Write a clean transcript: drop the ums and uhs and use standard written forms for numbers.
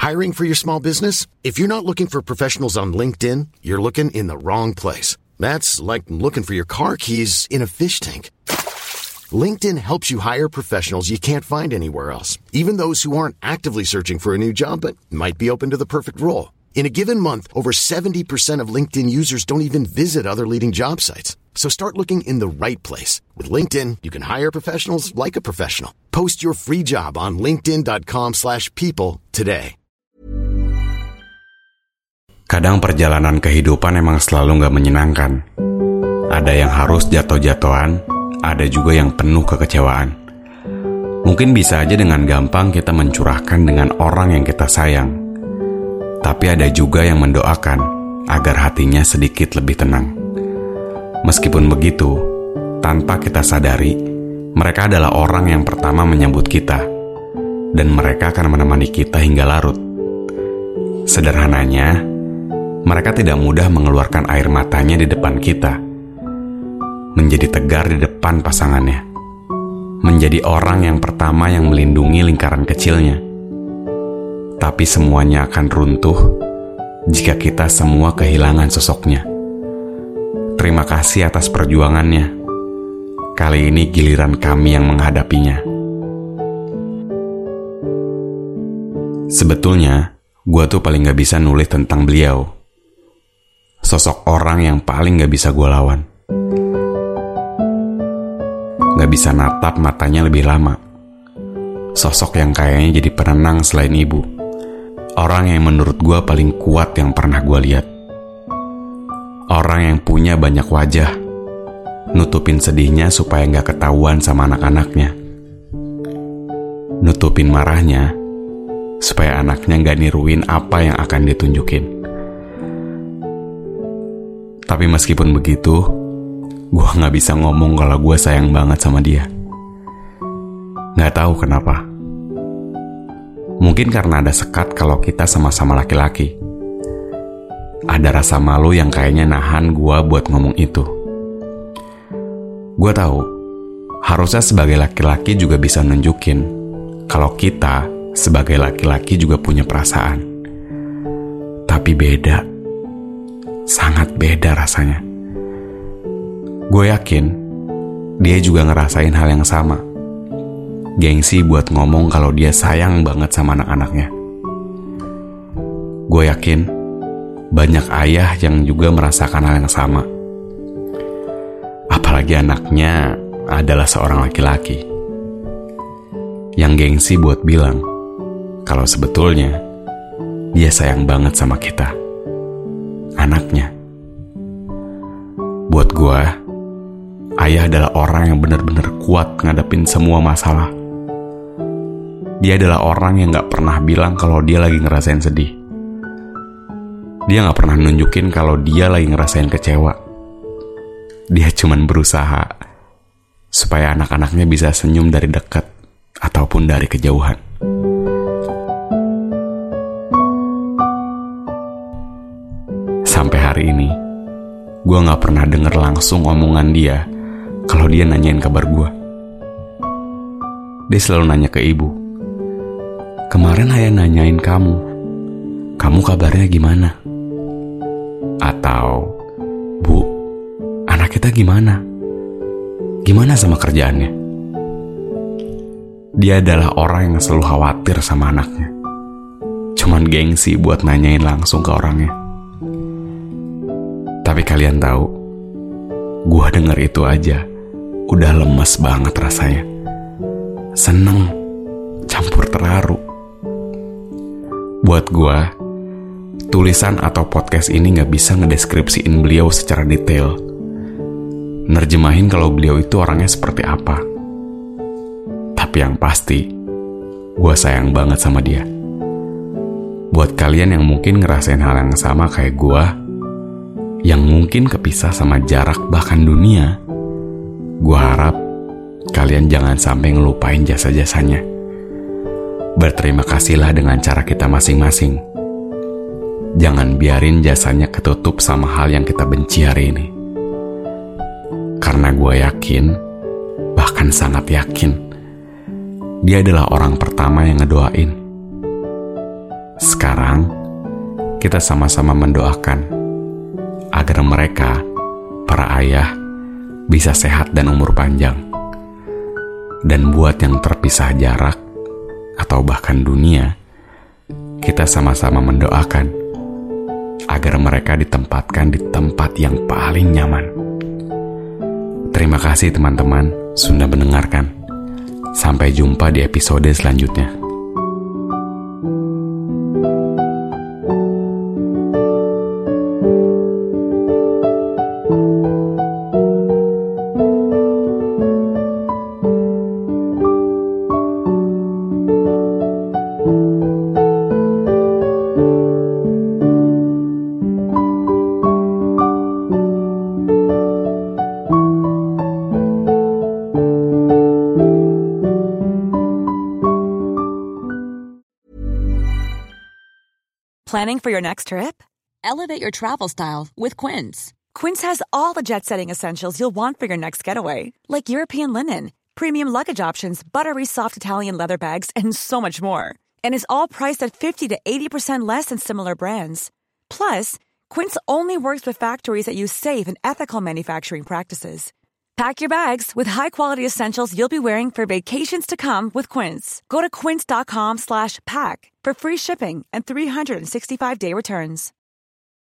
Hiring for your small business? If you're not looking for professionals on LinkedIn, you're looking in the wrong place. That's like looking for your car keys in a fish tank. LinkedIn helps you hire professionals you can't find anywhere else, even those who aren't actively searching for a new job but might be open to the perfect role. In a given month, over 70% of LinkedIn users don't even visit other leading job sites. So start looking in the right place. With LinkedIn, you can hire professionals like a professional. Post your free job on linkedin.com/people today. Kadang perjalanan kehidupan emang selalu gak menyenangkan. Ada yang harus jatuh-jatuhan, ada juga yang penuh kekecewaan. Mungkin bisa aja dengan gampang kita mencurahkan dengan orang yang kita sayang. Tapi ada juga yang mendoakan agar hatinya sedikit lebih tenang. Meskipun begitu, tanpa kita sadari, mereka adalah orang yang pertama menyambut kita, dan mereka akan menemani kita hingga larut. Sederhananya, mereka tidak mudah mengeluarkan air matanya di depan kita, menjadi tegar di depan pasangannya, menjadi orang yang pertama yang melindungi lingkaran kecilnya. Tapi semuanya akan runtuh jika kita semua kehilangan sosoknya. Terima kasih atas perjuangannya. Kali ini giliran kami yang menghadapinya. Sebetulnya, gue tuh paling gak bisa nulis tentang beliau. Sosok orang yang paling gak bisa gue lawan. Gak bisa natap matanya lebih lama. Sosok yang kayaknya jadi penenang selain ibu. Orang yang menurut gue paling kuat yang pernah gue lihat. Orang yang punya banyak wajah, nutupin sedihnya supaya gak ketahuan sama anak-anaknya. Nutupin marahnya, supaya anaknya gak niruin apa yang akan ditunjukin. Tapi meskipun begitu, gue gak bisa ngomong kalau gue sayang banget sama dia. Gak tahu kenapa. Mungkin karena ada sekat kalau kita sama-sama laki-laki. Ada rasa malu yang kayaknya nahan gue buat ngomong itu. Gue tahu, harusnya sebagai laki-laki juga bisa nunjukin kalau kita sebagai laki-laki juga punya perasaan. Tapi beda. Sangat beda rasanya. Gue yakin dia juga ngerasain hal yang sama. Gengsi buat ngomong kalau dia sayang banget sama anak-anaknya. Gue yakin banyak ayah yang juga merasakan hal yang sama. Apalagi anaknya adalah seorang laki-laki yang gengsi buat bilang kalau sebetulnya dia sayang banget sama kita, anaknya. Buat gue, ayah adalah orang yang benar-benar kuat ngadepin semua masalah. Dia adalah orang yang gak pernah bilang kalau dia lagi ngerasain sedih. Dia gak pernah nunjukin kalau dia lagi ngerasain kecewa. Dia cuman berusaha supaya anak-anaknya bisa senyum dari dekat ataupun dari kejauhan. Sampai hari ini, gue gak pernah denger langsung omongan dia kalau dia nanyain kabar gue. Dia selalu nanya ke ibu, "Kemarin ayah nanyain kamu kabarnya gimana?" Atau, "Bu, anak kita gimana? Gimana sama kerjaannya?" Dia adalah orang yang selalu khawatir sama anaknya. Cuman gengsi buat nanyain langsung ke orangnya. Tapi kalian tahu, gue denger itu aja udah lemes banget rasanya. Seneng, campur terharu. Buat gue, tulisan atau podcast ini gak bisa ngedeskripsiin beliau secara detail, nerjemahin kalau beliau itu orangnya seperti apa. Tapi yang pasti, gue sayang banget sama dia. Buat kalian yang mungkin ngerasain hal yang sama kayak gue, yang mungkin kepisah sama jarak bahkan dunia, gue harap kalian jangan sampai ngelupain jasa-jasanya. Berterima kasihlah dengan cara kita masing-masing. Jangan biarin jasanya ketutup sama hal yang kita benci hari ini. Karena gue yakin, bahkan sangat yakin, dia adalah orang pertama yang ngedoain. Sekarang, kita sama-sama mendoakan agar mereka, para ayah, bisa sehat dan umur panjang. Dan buat yang terpisah jarak, atau bahkan dunia, kita sama-sama mendoakan agar mereka ditempatkan di tempat yang paling nyaman. Terima kasih teman-teman sudah mendengarkan. Sampai jumpa di episode selanjutnya. Planning for your next trip? Elevate your travel style with Quince. Quince has all the jet-setting essentials you'll want for your next getaway, like European linen, premium luggage options, buttery soft Italian leather bags, and so much more. And is all priced at 50 to 80% less than similar brands. Plus, Quince only works with factories that use safe and ethical manufacturing practices. Pack your bags with high-quality essentials you'll be wearing for vacations to come with Quince. Go to quince.com/pack for free shipping and 365-day returns.